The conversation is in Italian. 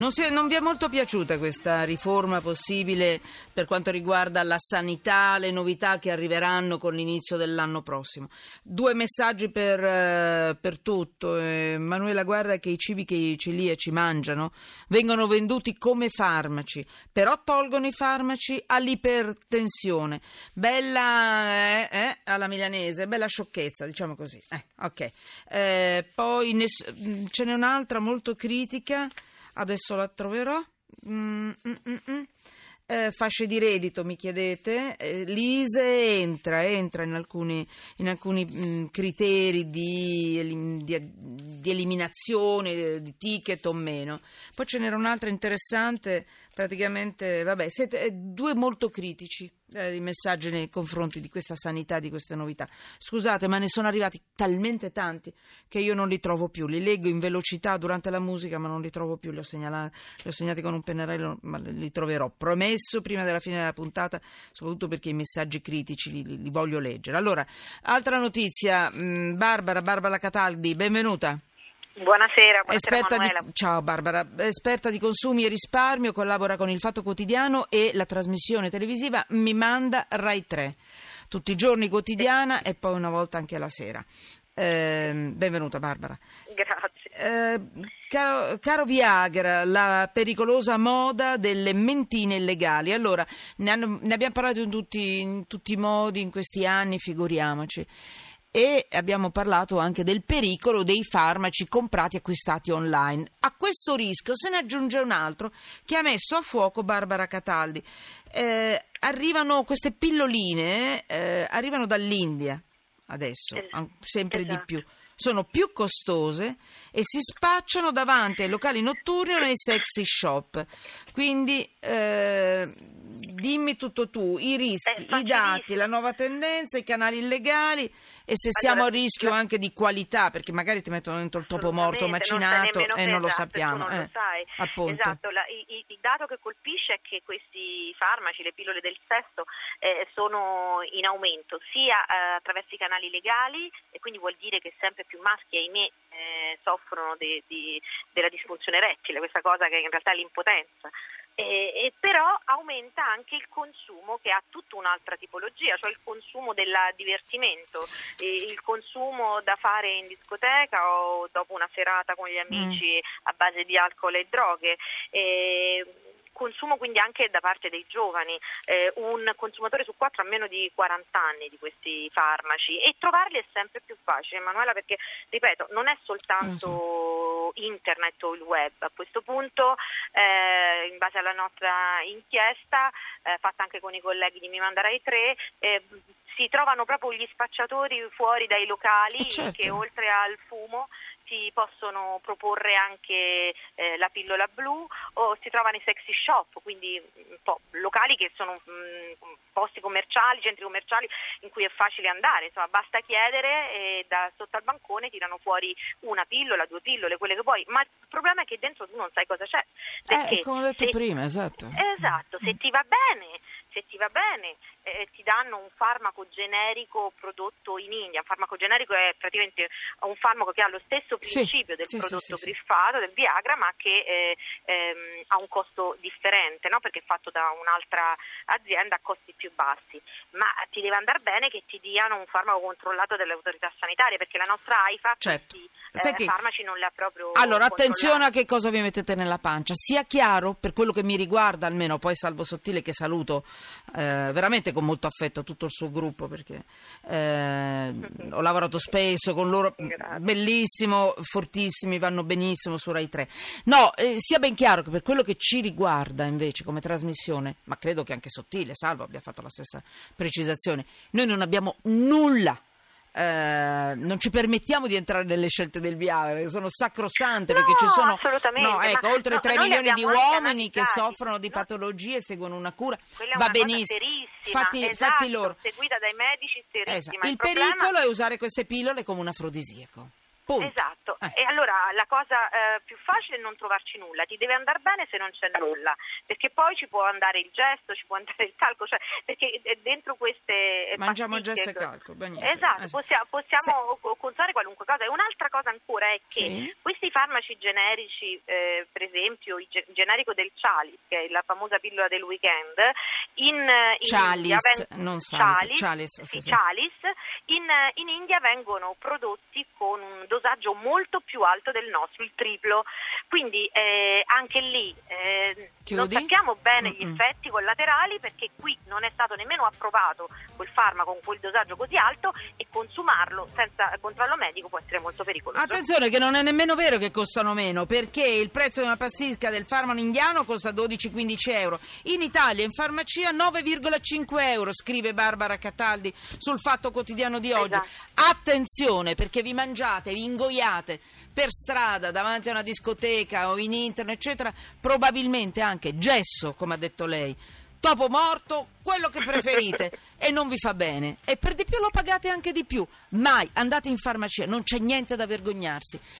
Non vi è molto piaciuta questa riforma possibile per quanto riguarda la sanità, le novità che arriveranno con l'inizio dell'anno prossimo? Due messaggi per tutto. Manuela, guarda che i cibi che i celiaci mangiano vengono venduti come farmaci, però tolgono i farmaci all'ipertensione. Bella alla milanese, bella sciocchezza, diciamo così. Ok. Poi ce n'è un'altra molto critica. Adesso la troverò. Fasce di reddito, mi chiedete. L'ISEE entra in alcuni criteri di eliminazione di ticket o meno. Poi ce n'era un'altra interessante, praticamente, siete due molto critici i messaggi nei confronti di questa sanità, di queste novità. Scusate, ma ne sono arrivati talmente tanti che io non li trovo più. Li leggo in velocità durante la musica, ma non li trovo più. Li ho segnati con un pennarello, ma li troverò. Promesso prima della fine della puntata, soprattutto perché i messaggi critici li voglio leggere. Allora, altra notizia, Barbara Cataldi, benvenuta. Buonasera Manuela. Ciao Barbara, esperta di consumi e risparmio, collabora con il Fatto Quotidiano e la trasmissione televisiva Mi Manda Rai 3, tutti i giorni quotidiana e poi una volta anche la sera. Benvenuta Barbara. Grazie. Caro Viagra, la pericolosa moda delle mentine illegali. Allora, ne abbiamo parlato in tutti i modi in questi anni, figuriamoci. E abbiamo parlato anche del pericolo dei farmaci comprati e acquistati online. A questo rischio se ne aggiunge un altro che ha messo a fuoco Barbara Cataldi. Arrivano queste pilloline, arrivano dall'India adesso, sempre esatto. di più. Sono più costose e si spacciano davanti ai locali notturni o nei sexy shop. Quindi dimmi tutto tu, i rischi, i dati, la nuova tendenza, i canali illegali e se siamo a rischio anche di qualità, perché magari ti mettono dentro il topo morto macinato e non lo sappiamo. Non lo sai. Appunto. Esatto, il dato che colpisce è che questi farmaci, le pillole del sesso, sono in aumento sia attraverso i canali legali, e quindi vuol dire che sempre più maschi, ahimè, soffrono della disfunzione erettile, questa cosa che in realtà è l'impotenza. E però aumenta anche il consumo, che ha tutta un'altra tipologia, cioè il consumo del divertimento, il consumo da fare in discoteca o dopo una serata con gli amici a base di alcol e droghe. Consumo quindi anche da parte dei giovani, un consumatore su 4 ha meno di 40 anni di questi farmaci, e trovarli è sempre più facile, Manuela, perché ripeto, non è soltanto internet o il web. A questo punto, in base alla nostra inchiesta fatta anche con i colleghi di Mi Manda Rai 3, si trovano proprio gli spacciatori fuori dai locali, che oltre al fumo si possono proporre anche la pillola blu, o si trova nei sexy shop, quindi un po' locali che sono posti commerciali, centri commerciali in cui è facile andare, insomma basta chiedere e da sotto al bancone tirano fuori una pillola, 2 pillole, quelle che vuoi, ma il problema è che dentro tu non sai cosa c'è. Perché come ho detto prima, esatto. Esatto, se ti va bene ti danno un farmaco generico prodotto in India. Un farmaco generico è praticamente un farmaco che ha lo stesso principio del prodotto griffato, del Viagra, ma che ha un costo differente, no? Perché è fatto da un'altra azienda a costi più bassi. Ma ti deve andare bene che ti diano un farmaco controllato dalle autorità sanitarie, perché la nostra AIFA questi farmaci non li ha proprio Allora, attenzione a che cosa vi mettete nella pancia. Sia chiaro, per quello che mi riguarda almeno, poi Salvo Sottile, che saluto veramente con molto affetto, tutto il suo gruppo, perché ho lavorato spesso con loro. Grazie. Bellissimo, fortissimi, vanno benissimo su Rai 3. No, sia ben chiaro che per quello che ci riguarda invece come trasmissione, ma credo che anche Sottile, Salvo, abbia fatto la stessa precisazione, noi non abbiamo nulla. Non ci permettiamo di entrare nelle scelte del Viagra, che sono sacrosante, perché ci sono oltre 3 milioni di uomini che soffrono di patologie, seguono una cura. Va benissimo, fatti loro, seguita dai medici, serissima. Il pericolo è usare queste pillole come un afrodisiaco. Punto. Esatto, e allora la cosa più facile è non trovarci nulla, ti deve andare bene se non c'è nulla, perché poi ci può andare il gesto, ci può andare il calco, cioè, perché dentro queste mangiamo pasticche, gesto e calco, esatto, possiamo consumare qualunque cosa. E un'altra cosa ancora è che questi farmaci generici, per esempio il generico del Cialis, che è la famosa pillola del weekend, Cialis, in India vengono prodotti con un dosaggio molto più alto del nostro, il triplo, quindi anche lì non sappiamo bene gli effetti collaterali, perché qui non è stato nemmeno approvato quel farmaco con quel dosaggio così alto, e consumarlo senza controllo medico può essere molto pericoloso. Attenzione che non è nemmeno vero che costano meno, perché il prezzo di una pasticca del farmaco indiano costa 12-15 euro, in Italia in farmacia 9,5 euro, scrive Barbara Cataldi sul Fatto Quotidiano di oggi. Esatto. Attenzione, perché vi mangiate, vi ingoiate per strada, davanti a una discoteca o in internet eccetera, probabilmente anche gesso, come ha detto lei, topo morto, quello che preferite, e non vi fa bene, e per di più lo pagate anche di più. Mai andate in farmacia, non c'è niente da vergognarsi.